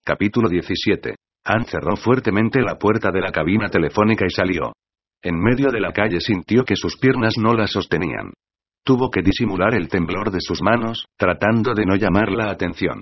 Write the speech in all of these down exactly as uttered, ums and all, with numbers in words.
Capítulo diecisiete. Ann cerró fuertemente la puerta de la cabina telefónica y salió. En medio de la calle sintió que sus piernas no la sostenían. Tuvo que disimular el temblor de sus manos, tratando de no llamar la atención.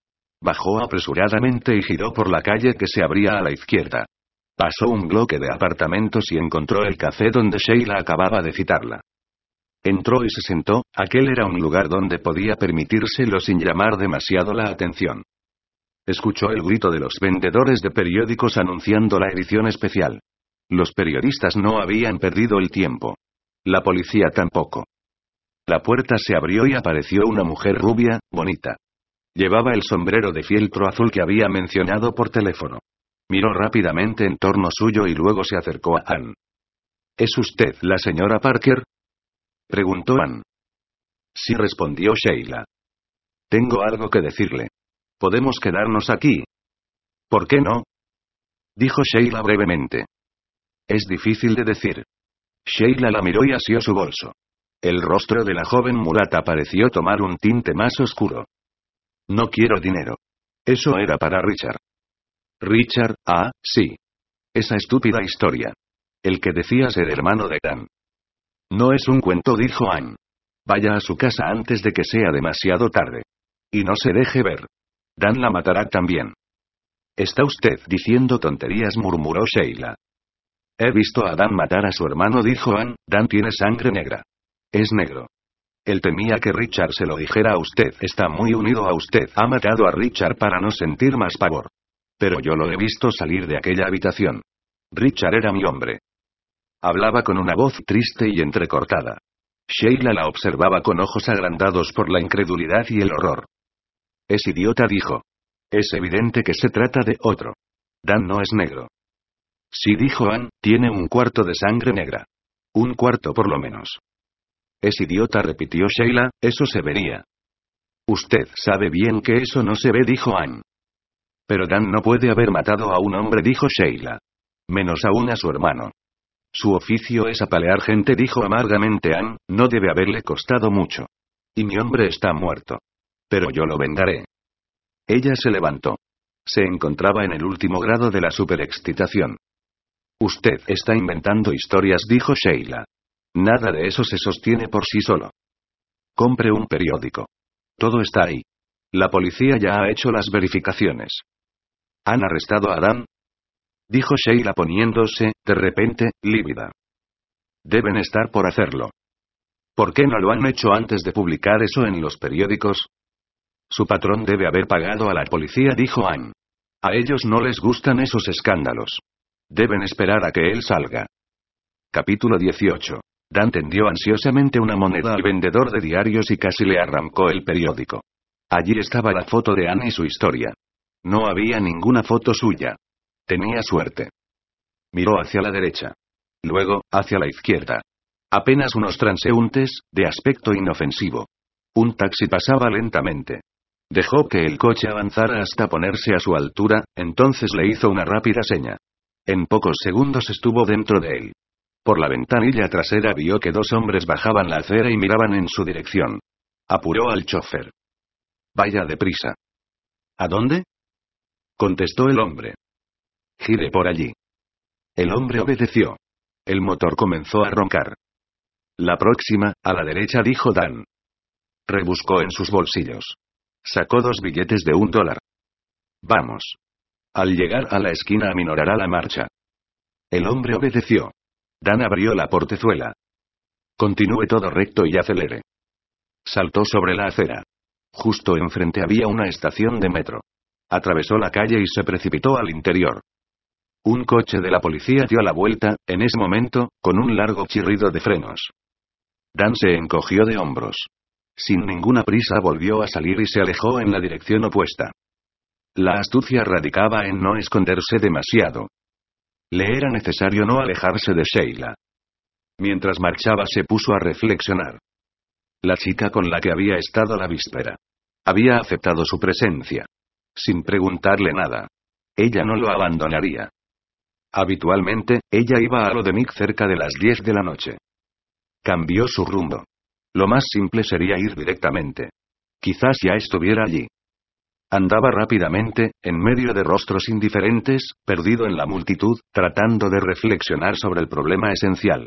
Bajó apresuradamente y giró por la calle que se abría a la izquierda. Pasó un bloque de apartamentos y encontró el café donde Sheila acababa de citarla. Entró y se sentó. Aquel era un lugar donde podía permitírselo sin llamar demasiado la atención. Escuchó el grito de los vendedores de periódicos anunciando la edición especial. Los periodistas no habían perdido el tiempo. La policía tampoco. La puerta se abrió y apareció una mujer rubia, bonita. Llevaba el sombrero de fieltro azul que había mencionado por teléfono. Miró rápidamente en torno suyo y luego se acercó a Ann. ¿Es usted la señora Parker?, preguntó Ann. Sí, respondió Sheila. Tengo algo que decirle. ¿Podemos quedarnos aquí? ¿Por qué no?, dijo Sheila brevemente. Es difícil de decir. Sheila la miró y asió su bolso. El rostro de la joven mulata pareció tomar un tinte más oscuro. No quiero dinero. Eso era para Richard. Richard, ah, sí. Esa estúpida historia. El que decía ser hermano de Dan. No es un cuento, dijo Ann. Vaya a su casa antes de que sea demasiado tarde. Y no se deje ver. Dan la matará también. ¿Está usted diciendo tonterías?, murmuró Sheila. He visto a Dan matar a su hermano, dijo Ann. Dan tiene sangre negra. Es negro. Él temía que Richard se lo dijera a usted. Está muy unido a usted. Ha matado a Richard para no sentir más pavor. Pero yo lo he visto salir de aquella habitación. Richard era mi hombre. Hablaba con una voz triste y entrecortada. Sheila la observaba con ojos agrandados por la incredulidad y el horror. Es idiota, dijo. Es evidente que se trata de otro. Dan no es negro. Sí, dijo Ann, tiene un cuarto de sangre negra. Un cuarto por lo menos. Es idiota, repitió Sheila, eso se vería. Usted sabe bien que eso no se ve, dijo Ann. Pero Dan no puede haber matado a un hombre, dijo Sheila. Menos aún a su hermano. Su oficio es apalear gente, dijo amargamente Ann, no debe haberle costado mucho. Y mi hombre está muerto. Pero yo lo vengaré. Ella se levantó. Se encontraba en el último grado de la superexcitación. Usted está inventando historias, dijo Sheila. Nada de eso se sostiene por sí solo. Compre un periódico. Todo está ahí. La policía ya ha hecho las verificaciones. ¿Han arrestado a Dan?, dijo Sheila poniéndose, de repente, lívida. Deben estar por hacerlo. ¿Por qué no lo han hecho antes de publicar eso en los periódicos? Su patrón debe haber pagado a la policía, dijo Ann. A ellos no les gustan esos escándalos. Deben esperar a que él salga. Capítulo dieciocho. Dan tendió ansiosamente una moneda al vendedor de diarios y casi le arrancó el periódico. Allí estaba la foto de Ann y su historia. No había ninguna foto suya. Tenía suerte. Miró hacia la derecha. Luego, hacia la izquierda. Apenas unos transeúntes, de aspecto inofensivo. Un taxi pasaba lentamente. Dejó que el coche avanzara hasta ponerse a su altura, entonces le hizo una rápida seña. En pocos segundos estuvo dentro de él. Por la ventanilla trasera vio que dos hombres bajaban la acera y miraban en su dirección. Apuró al chofer. Vaya deprisa. ¿A dónde?, contestó el hombre. Gire por allí. El hombre obedeció. El motor comenzó a roncar. La próxima, a la derecha, dijo Dan. Rebuscó en sus bolsillos. Sacó dos billetes de un dólar. Vamos. Al llegar a la esquina aminorará la marcha. El hombre obedeció. Dan abrió la portezuela. Continúe todo recto y acelere. Saltó sobre la acera. Justo enfrente había una estación de metro. Atravesó la calle y se precipitó al interior. Un coche de la policía dio la vuelta, en ese momento, con un largo chirrido de frenos. Dan se encogió de hombros. Sin ninguna prisa volvió a salir y se alejó en la dirección opuesta. La astucia radicaba en no esconderse demasiado. Le era necesario no alejarse de Sheila. Mientras marchaba se puso a reflexionar. La chica con la que había estado la víspera. Había aceptado su presencia. Sin preguntarle nada. Ella no lo abandonaría. Habitualmente, ella iba a lo de Mick cerca de las diez de la noche. Cambió su rumbo. Lo más simple sería ir directamente. Quizás ya estuviera allí. Andaba rápidamente, en medio de rostros indiferentes, perdido en la multitud, tratando de reflexionar sobre el problema esencial.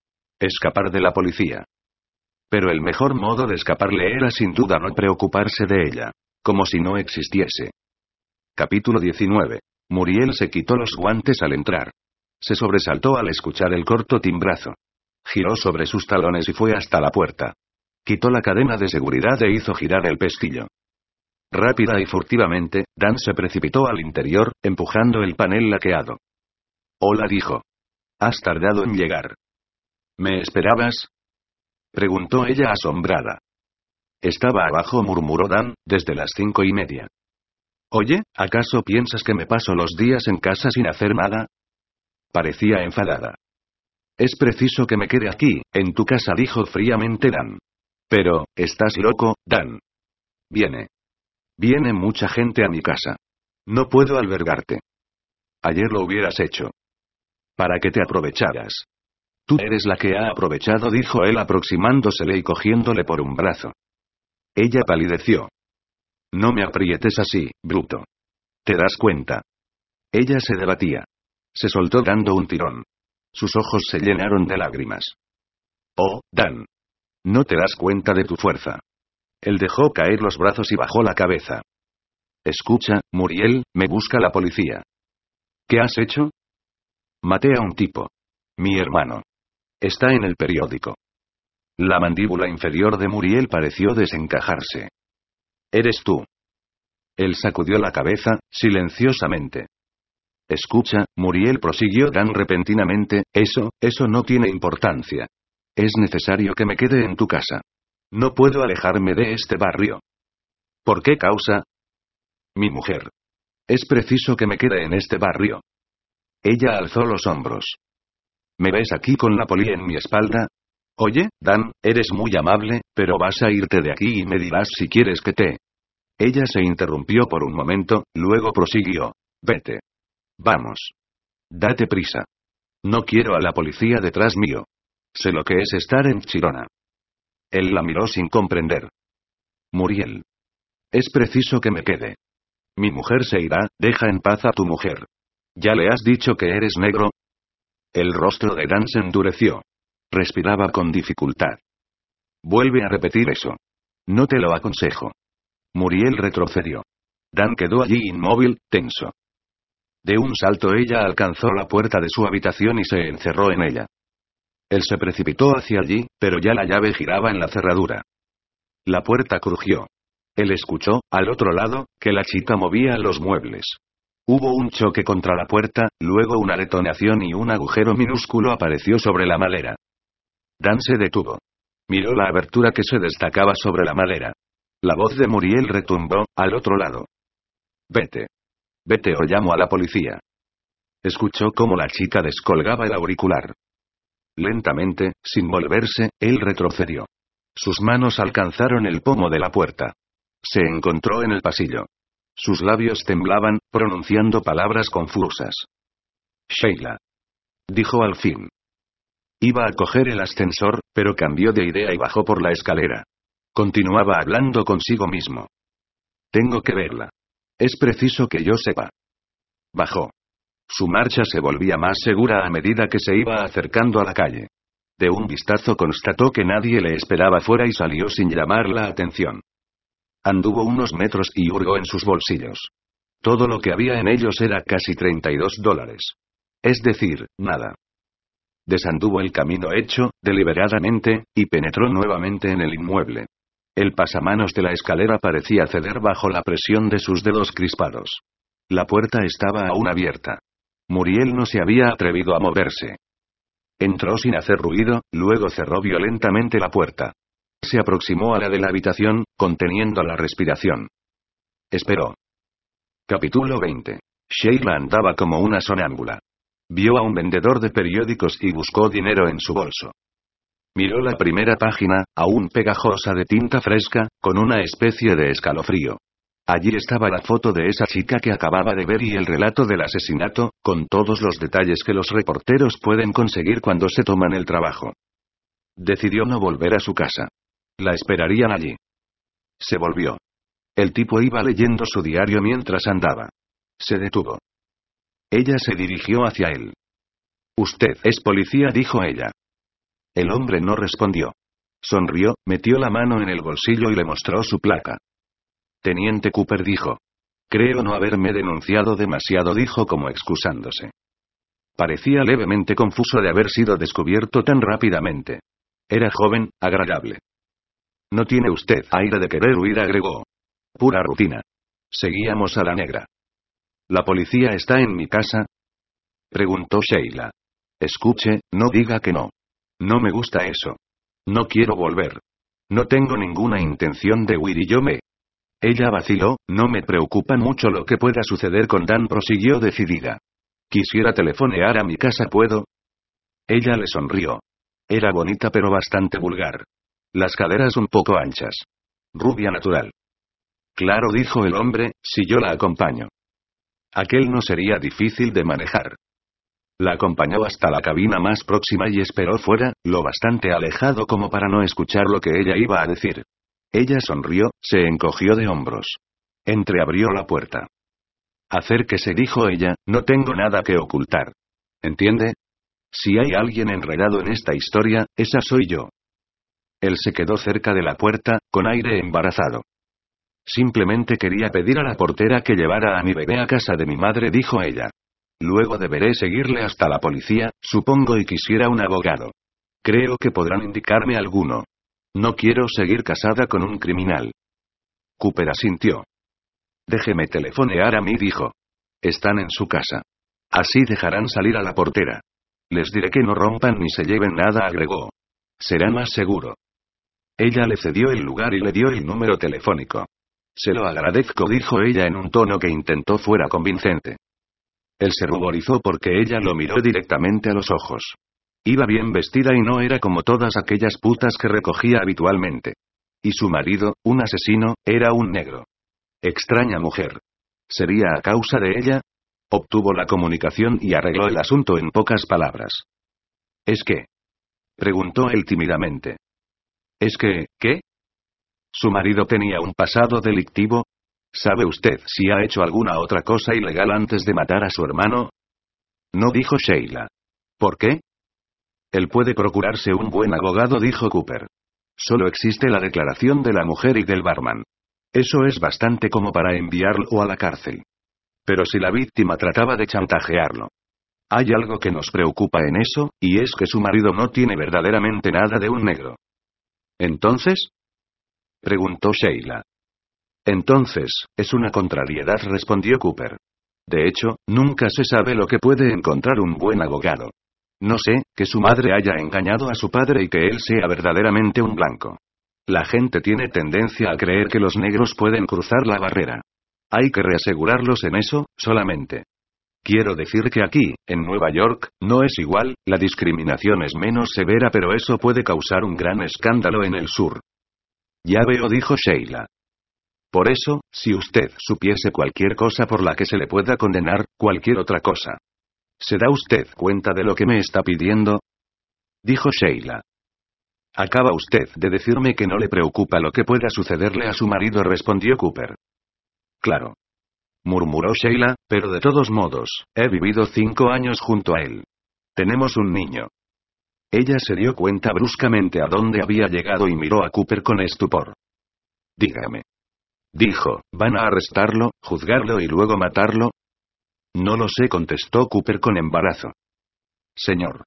Escapar de la policía. Pero el mejor modo de escaparle era sin duda no preocuparse de ella. Como si no existiese. Capítulo diecinueve. Muriel se quitó los guantes al entrar. Se sobresaltó al escuchar el corto timbrazo. Giró sobre sus talones y fue hasta la puerta. Quitó la cadena de seguridad e hizo girar el pestillo. Rápida y furtivamente, Dan se precipitó al interior, empujando el panel laqueado. Hola, dijo. Has tardado en llegar. ¿Me esperabas? Preguntó ella asombrada. Estaba abajo, murmuró Dan, desde las cinco y media. Oye, ¿acaso piensas que me paso los días en casa sin hacer nada? Parecía enfadada. Es preciso que me quede aquí, en tu casa, dijo fríamente Dan. Pero, ¿estás loco, Dan? Viene. Viene mucha gente a mi casa. No puedo albergarte. Ayer lo hubieras hecho. Para que te aprovecharas. Tú eres la que ha aprovechado, dijo él aproximándosele y cogiéndole por un brazo. Ella palideció. No me aprietes así, bruto. ¿Te das cuenta? Ella se debatía. Se soltó dando un tirón. Sus ojos se llenaron de lágrimas. Oh, Dan. ¿No te das cuenta de tu fuerza? Él dejó caer los brazos y bajó la cabeza. Escucha, Muriel, me busca la policía. ¿Qué has hecho? Maté a un tipo. Mi hermano. Está en el periódico. La mandíbula inferior de Muriel pareció desencajarse. Eres tú. Él sacudió la cabeza, silenciosamente. Escucha, Muriel, prosiguió Dan repentinamente, eso, eso no tiene importancia. Es necesario que me quede en tu casa. No puedo alejarme de este barrio. ¿Por qué causa? Mi mujer. Es preciso que me quede en este barrio. Ella alzó los hombros. ¿Me ves aquí con la poli en mi espalda? Oye, Dan, eres muy amable, pero vas a irte de aquí y me dirás si quieres que te... Ella se interrumpió por un momento, luego prosiguió. Vete. Vamos. Date prisa. No quiero a la policía detrás mío. Sé lo que es estar en Chirona. Él la miró sin comprender. Muriel. Es preciso que me quede. Mi mujer se irá, deja en paz a tu mujer. ¿Ya le has dicho que eres negro? El rostro de Dan se endureció. Respiraba con dificultad. Vuelve a repetir eso. No te lo aconsejo. Muriel retrocedió. Dan quedó allí inmóvil, tenso. De un salto ella alcanzó la puerta de su habitación y se encerró en ella. Él se precipitó hacia allí, pero ya la llave giraba en la cerradura. La puerta crujió. Él escuchó, al otro lado, que la chica movía los muebles. Hubo un choque contra la puerta, luego una detonación y un agujero minúsculo apareció sobre la madera. Dan se detuvo. Miró la abertura que se destacaba sobre la madera. La voz de Muriel retumbó, al otro lado. Vete. Vete o llamo a la policía. Escuchó cómo la chica descolgaba el auricular. Lentamente, sin volverse, él retrocedió. Sus manos alcanzaron el pomo de la puerta. Se encontró en el pasillo. Sus labios temblaban, pronunciando palabras confusas. Sheila. Dijo al fin. Iba a coger el ascensor, pero cambió de idea y bajó por la escalera. Continuaba hablando consigo mismo. Tengo que verla. Es preciso que yo sepa. Bajó. Su marcha se volvía más segura a medida que se iba acercando a la calle. De un vistazo constató que nadie le esperaba fuera y salió sin llamar la atención. Anduvo unos metros y hurgó en sus bolsillos. Todo lo que había en ellos era casi treinta y dos dólares. Es decir, nada. Desanduvo el camino hecho, deliberadamente, y penetró nuevamente en el inmueble. El pasamanos de la escalera parecía ceder bajo la presión de sus dedos crispados. La puerta estaba aún abierta. Muriel no se había atrevido a moverse. Entró sin hacer ruido, luego cerró violentamente la puerta. Se aproximó a la de la habitación, conteniendo la respiración. Esperó. Capítulo veinte. Sheila andaba como una sonámbula. Vio a un vendedor de periódicos y buscó dinero en su bolso. Miró la primera página, aún pegajosa de tinta fresca, con una especie de escalofrío. Allí estaba la foto de esa chica que acababa de ver y el relato del asesinato, con todos los detalles que los reporteros pueden conseguir cuando se toman el trabajo. Decidió no volver a su casa. La esperarían allí. Se volvió. El tipo iba leyendo su diario mientras andaba. Se detuvo. Ella se dirigió hacia él. «Usted es policía», dijo ella. El hombre no respondió. Sonrió, metió la mano en el bolsillo y le mostró su placa. «Teniente Cooper», dijo. «Creo no haberme denunciado demasiado», dijo como excusándose. Parecía levemente confuso de haber sido descubierto tan rápidamente. Era joven, agradable. «No tiene usted aire de querer huir», agregó. «Pura rutina». Seguíamos a la negra. «¿La policía está en mi casa?», preguntó Sheila. «Escuche, no diga que no. No me gusta eso. No quiero volver. No tengo ninguna intención de huir y yo me...» Ella vaciló. «No me preocupa mucho lo que pueda suceder con Dan», prosiguió decidida. «Quisiera telefonear a mi casa, ¿puedo?». Ella le sonrió. Era bonita pero bastante vulgar. Las caderas un poco anchas. Rubia natural. «Claro», dijo el hombre, «si yo la acompaño». Aquel no sería difícil de manejar. La acompañó hasta la cabina más próxima y esperó fuera, lo bastante alejado como para no escuchar lo que ella iba a decir. Ella sonrió, se encogió de hombros. Entreabrió la puerta. «Acérquese», dijo ella, «no tengo nada que ocultar. ¿Entiende? Si hay alguien enredado en esta historia, esa soy yo». Él se quedó cerca de la puerta, con aire embarazado. «Simplemente quería pedir a la portera que llevara a mi bebé a casa de mi madre», dijo ella. «Luego deberé seguirle hasta la policía, supongo, y quisiera un abogado. Creo que podrán indicarme alguno. No quiero seguir casada con un criminal». Cooper asintió. «Déjeme telefonear a mí», dijo. «Están en su casa. Así dejarán salir a la portera. Les diré que no rompan ni se lleven nada», agregó. «Será más seguro». Ella le cedió el lugar y le dio el número telefónico. «Se lo agradezco», dijo ella en un tono que intentó fuera convincente. Él se ruborizó porque ella lo miró directamente a los ojos. Iba bien vestida y no era como todas aquellas putas que recogía habitualmente. Y su marido, un asesino, era un negro. Extraña mujer. ¿Sería a causa de ella? Obtuvo la comunicación y arregló el asunto en pocas palabras. «¿Es que?», preguntó él tímidamente. «¿Es que, qué?». ¿Su marido tenía un pasado delictivo? ¿Sabe usted si ha hecho alguna otra cosa ilegal antes de matar a su hermano? No, dijo Sheila. ¿Por qué? Él puede procurarse un buen abogado, dijo Cooper. Solo existe la declaración de la mujer y del barman. Eso es bastante como para enviarlo a la cárcel. Pero si la víctima trataba de chantajearlo. Hay algo que nos preocupa en eso, y es que su marido no tiene verdaderamente nada de un negro. ¿Entonces?, preguntó Sheila. Entonces, es una contrariedad, respondió Cooper. De hecho, nunca se sabe lo que puede encontrar un buen abogado. No sé, que su madre haya engañado a su padre y que él sea verdaderamente un blanco. La gente tiene tendencia a creer que los negros pueden cruzar la barrera. Hay que reasegurarlos en eso, solamente. Quiero decir que aquí, en Nueva York, no es igual, la discriminación es menos severa, pero eso puede causar un gran escándalo en el sur. Ya veo, dijo Sheila. Por eso, si usted supiese cualquier cosa por la que se le pueda condenar, cualquier otra cosa. ¿Se da usted cuenta de lo que me está pidiendo?, dijo Sheila. Acaba usted de decirme que no le preocupa lo que pueda sucederle a su marido, respondió Cooper. Claro, murmuró Sheila, pero de todos modos, he vivido cinco años junto a él. Tenemos un niño. Ella se dio cuenta bruscamente a dónde había llegado y miró a Cooper con estupor. Dígame. Dijo, ¿van a arrestarlo, juzgarlo y luego matarlo? No lo sé, contestó Cooper con embarazo. Señor.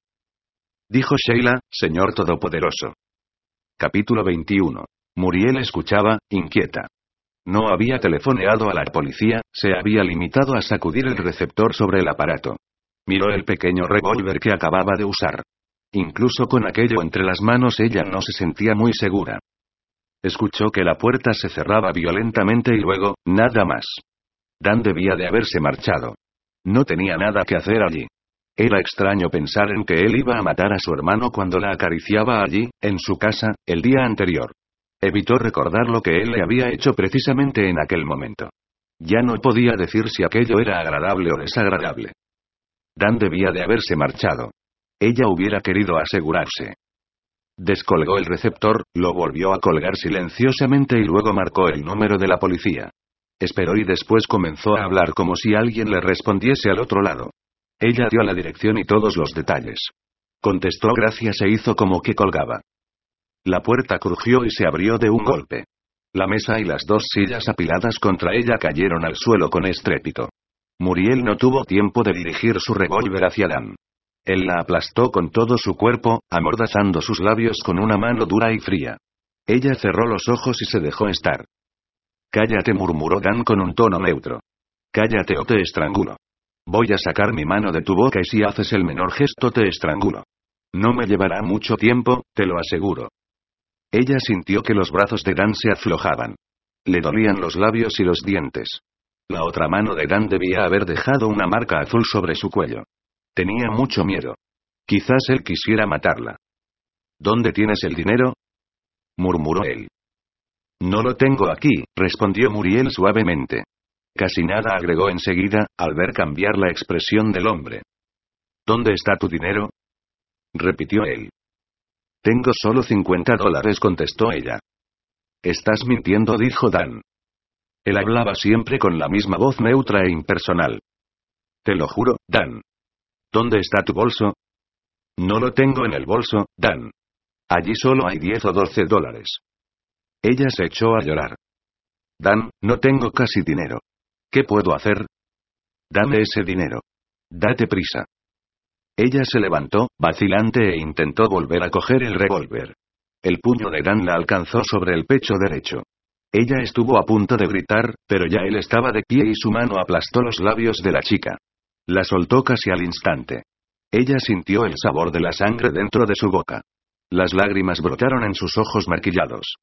Dijo Sheila, señor todopoderoso. Capítulo veintiuno. Muriel escuchaba, inquieta. No había telefoneado a la policía, se había limitado a sacudir el receptor sobre el aparato. Miró el pequeño revólver que acababa de usar. Incluso con aquello entre las manos ella no se sentía muy segura. Escuchó que la puerta se cerraba violentamente y luego, nada más. Dan debía de haberse marchado. No tenía nada que hacer allí. Era extraño pensar en que él iba a matar a su hermano cuando la acariciaba allí, en su casa, el día anterior. Evitó recordar lo que él le había hecho precisamente en aquel momento. Ya no podía decir si aquello era agradable o desagradable. Dan debía de haberse marchado. Ella hubiera querido asegurarse. Descolgó el receptor, lo volvió a colgar silenciosamente y luego marcó el número de la policía. Esperó y después comenzó a hablar como si alguien le respondiese al otro lado. Ella dio la dirección y todos los detalles. Contestó gracias e hizo como que colgaba. La puerta crujió y se abrió de un golpe. La mesa y las dos sillas apiladas contra ella cayeron al suelo con estrépito. Muriel no tuvo tiempo de dirigir su revólver hacia Dan. Él la aplastó con todo su cuerpo, amordazando sus labios con una mano dura y fría. Ella cerró los ojos y se dejó estar. Cállate, murmuró Dan con un tono neutro. Cállate o te estrangulo. Voy a sacar mi mano de tu boca y si haces el menor gesto te estrangulo. No me llevará mucho tiempo, te lo aseguro. Ella sintió que los brazos de Dan se aflojaban. Le dolían los labios y los dientes. La otra mano de Dan debía haber dejado una marca azul sobre su cuello. Tenía mucho miedo. Quizás él quisiera matarla. ¿Dónde tienes el dinero?, murmuró él. No lo tengo aquí, respondió Muriel suavemente. Casi nada, agregó enseguida, al ver cambiar la expresión del hombre. ¿Dónde está tu dinero?, repitió él. Tengo solo cincuenta dólares, contestó ella. Estás mintiendo, dijo Dan. Él hablaba siempre con la misma voz neutra e impersonal. Te lo juro, Dan. ¿Dónde está tu bolso? No lo tengo en el bolso, Dan. Allí solo hay diez o doce dólares. Ella se echó a llorar. Dan, no tengo casi dinero. ¿Qué puedo hacer? Dame ese dinero. Date prisa. Ella se levantó, vacilante, e intentó volver a coger el revólver. El puño de Dan la alcanzó sobre el pecho derecho. Ella estuvo a punto de gritar, pero ya él estaba de pie y su mano aplastó los labios de la chica. La soltó casi al instante. Ella sintió el sabor de la sangre dentro de su boca. Las lágrimas brotaron en sus ojos maquillados.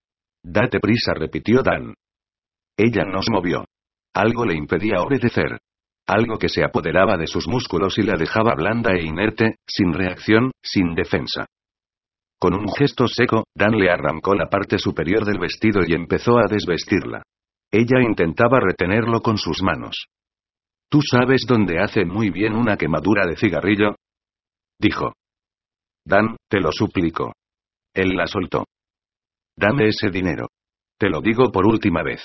Date prisa, repitió Dan. Ella no se movió. Algo le impedía obedecer. Algo que se apoderaba de sus músculos y la dejaba blanda e inerte, sin reacción, sin defensa. Con un gesto seco, Dan le arrancó la parte superior del vestido y empezó a desvestirla. Ella intentaba retenerlo con sus manos. ¿Tú sabes dónde hace muy bien una quemadura de cigarrillo?, dijo. Dan, te lo suplico. Él la soltó. Dame ese dinero. Te lo digo por última vez.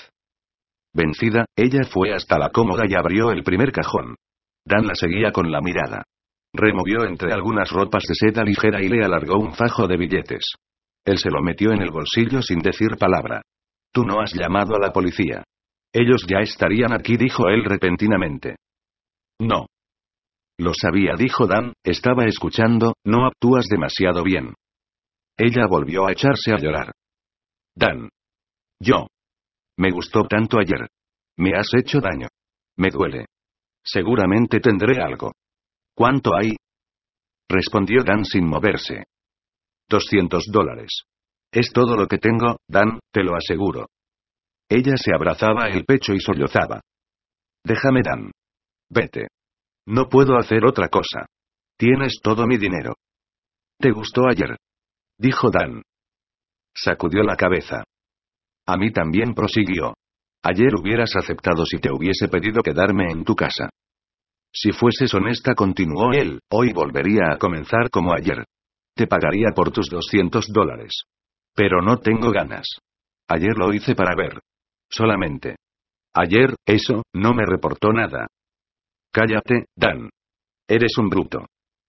Vencida, ella fue hasta la cómoda y abrió el primer cajón. Dan la seguía con la mirada. Removió entre algunas ropas de seda ligera y le alargó un fajo de billetes. Él se lo metió en el bolsillo sin decir palabra. Tú no has llamado a la policía. Ellos ya estarían aquí, dijo él repentinamente. No. Lo sabía, dijo Dan, estaba escuchando, no actúas demasiado bien. Ella volvió a echarse a llorar. Dan. Yo. Me gustó tanto ayer. Me has hecho daño. Me duele. Seguramente tendré algo. ¿Cuánto hay?, respondió Dan sin moverse. Doscientos dólares. Es todo lo que tengo, Dan, te lo aseguro. Ella se abrazaba el pecho y sollozaba. Déjame, Dan. Vete. No puedo hacer otra cosa. Tienes todo mi dinero. ¿Te gustó ayer?, dijo Dan. Sacudió la cabeza. A mí también, prosiguió. Ayer hubieras aceptado si te hubiese pedido quedarme en tu casa. Si fueses honesta, continuó él, hoy volvería a comenzar como ayer. Te pagaría por tus doscientos dólares. Pero no tengo ganas. Ayer lo hice para ver. Solamente. Ayer, eso, no me reportó nada. Cállate, Dan. Eres un bruto.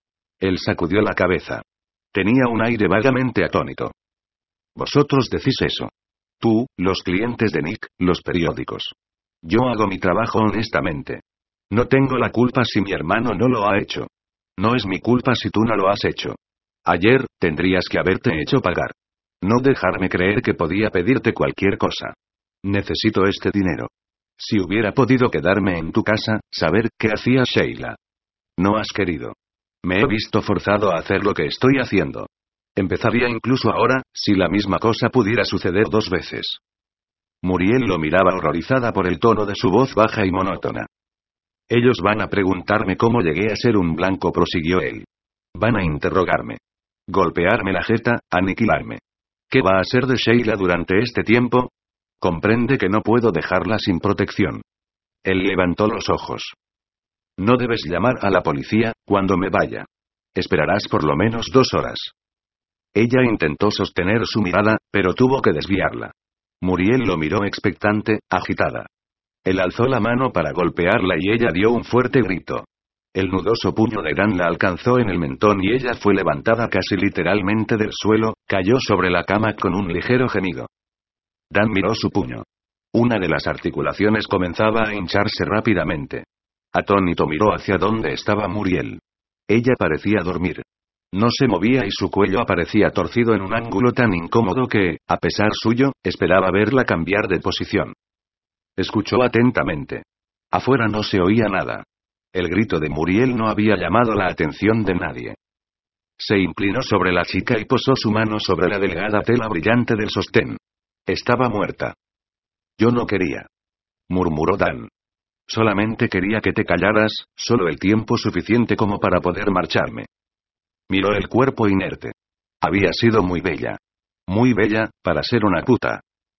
Él sacudió la cabeza. Tenía un aire vagamente atónito. Vosotros decís eso. Tú, los clientes de Nick, los periódicos. Yo hago mi trabajo honestamente. No tengo la culpa si mi hermano no lo ha hecho. No es mi culpa si tú no lo has hecho. Ayer, tendrías que haberte hecho pagar. No dejarme creer que podía pedirte cualquier cosa. Necesito este dinero. Si hubiera podido quedarme en tu casa, saber qué hacía Sheila. No has querido. Me he visto forzado a hacer lo que estoy haciendo. Empezaría incluso ahora, si la misma cosa pudiera suceder dos veces. Muriel lo miraba horrorizada por el tono de su voz baja y monótona. Ellos van a preguntarme cómo llegué a ser un blanco, prosiguió él. Van a interrogarme. Golpearme la jeta, aniquilarme. ¿Qué va a ser de Sheila durante este tiempo? Comprende que no puedo dejarla sin protección. Él levantó los ojos. No debes llamar a la policía, cuando me vaya. Esperarás por lo menos dos horas. Ella intentó sostener su mirada, pero tuvo que desviarla. Muriel lo miró expectante, agitada. Él alzó la mano para golpearla y ella dio un fuerte grito. El nudoso puño de Dan la alcanzó en el mentón y ella fue levantada casi literalmente del suelo, cayó sobre la cama con un ligero gemido. Dan miró su puño. Una de las articulaciones comenzaba a hincharse rápidamente. Atónito miró hacia donde estaba Muriel. Ella parecía dormir. No se movía y su cuello aparecía torcido en un ángulo tan incómodo que, a pesar suyo, esperaba verla cambiar de posición. Escuchó atentamente. Afuera no se oía nada. El grito de Muriel no había llamado la atención de nadie. Se inclinó sobre la chica y posó su mano sobre la delgada tela brillante del sostén. Estaba muerta. Yo no quería. Murmuró Dan. Solamente quería que te callaras, solo el tiempo suficiente como para poder marcharme. Miró el cuerpo inerte. Había sido muy bella. Muy bella, para ser una puta.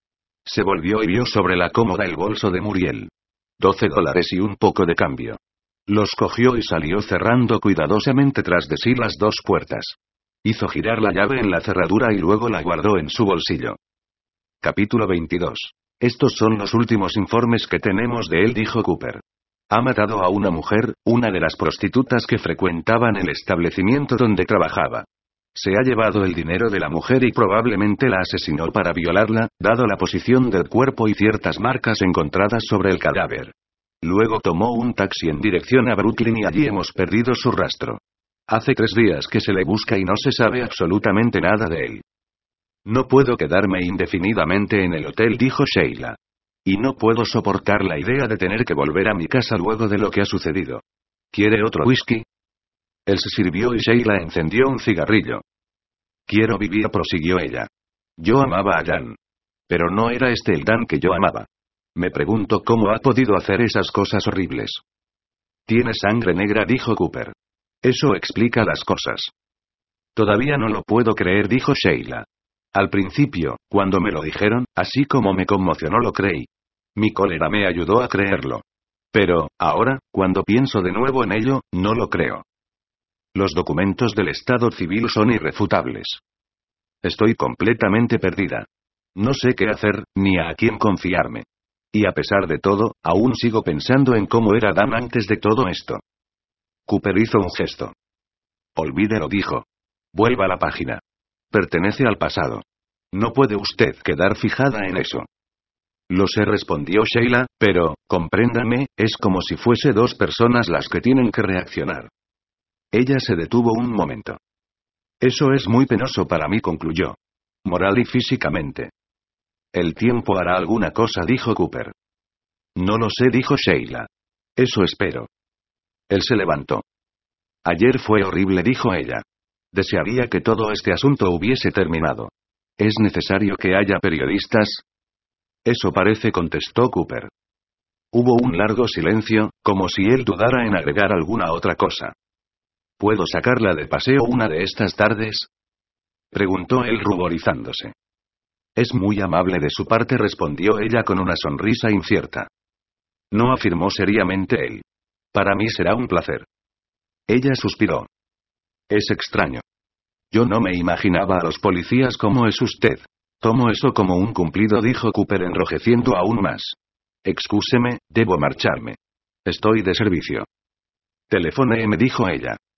Se volvió y vio sobre la cómoda el bolso de Muriel. Doce dólares y un poco de cambio. Los cogió y salió cerrando cuidadosamente tras de sí las dos puertas. Hizo girar la llave en la cerradura y luego la guardó en su bolsillo. Capítulo veintidós. Estos son los últimos informes que tenemos de él, dijo Cooper. Ha matado a una mujer, una de las prostitutas que frecuentaban el establecimiento donde trabajaba. Se ha llevado el dinero de la mujer y probablemente la asesinó para violarla, dado la posición del cuerpo y ciertas marcas encontradas sobre el cadáver. Luego tomó un taxi en dirección a Brooklyn y allí hemos perdido su rastro. Hace tres días que se le busca y no se sabe absolutamente nada de él. No puedo quedarme indefinidamente en el hotel, dijo Sheila. Y no puedo soportar la idea de tener que volver a mi casa luego de lo que ha sucedido. ¿Quiere otro whisky? Él se sirvió y Sheila encendió un cigarrillo. Quiero vivir, prosiguió ella. Yo amaba a Dan. Pero no era este el Dan que yo amaba. Me pregunto cómo ha podido hacer esas cosas horribles. Tiene sangre negra, dijo Cooper. Eso explica las cosas. Todavía no lo puedo creer, dijo Sheila. Al principio, cuando me lo dijeron, así como me conmocionó, lo creí. Mi cólera me ayudó a creerlo. Pero, ahora, cuando pienso de nuevo en ello, no lo creo. Los documentos del Estado civil son irrefutables. Estoy completamente perdida. No sé qué hacer, ni a quién confiarme. Y a pesar de todo, aún sigo pensando en cómo era Dan antes de todo esto. Cooper hizo un gesto. Olvídelo, dijo. Vuelva a la página. Pertenece al pasado. No puede usted quedar fijada en eso. Lo sé, respondió Sheila, pero, compréndame, es como si fuese dos personas las que tienen que reaccionar. Ella se detuvo un momento. Eso es muy penoso para mí, concluyó. Moral y físicamente. El tiempo hará alguna cosa, dijo Cooper. No lo sé, dijo Sheila. Eso espero. Él se levantó. Ayer fue horrible, dijo ella. Desearía que todo este asunto hubiese terminado. ¿Es necesario que haya periodistas? Eso parece, contestó Cooper. Hubo un largo silencio, como si él dudara en agregar alguna otra cosa. ¿Puedo sacarla de paseo una de estas tardes? Preguntó él ruborizándose. Es muy amable de su parte, respondió ella con una sonrisa incierta. No, afirmó seriamente él. Para mí será un placer. Ella suspiró. Es extraño. Yo no me imaginaba a los policías como es usted. Tomo eso como un cumplido, dijo Cooper enrojeciendo aún más. Excúseme, debo marcharme. Estoy de servicio. Telefoné, me dijo ella.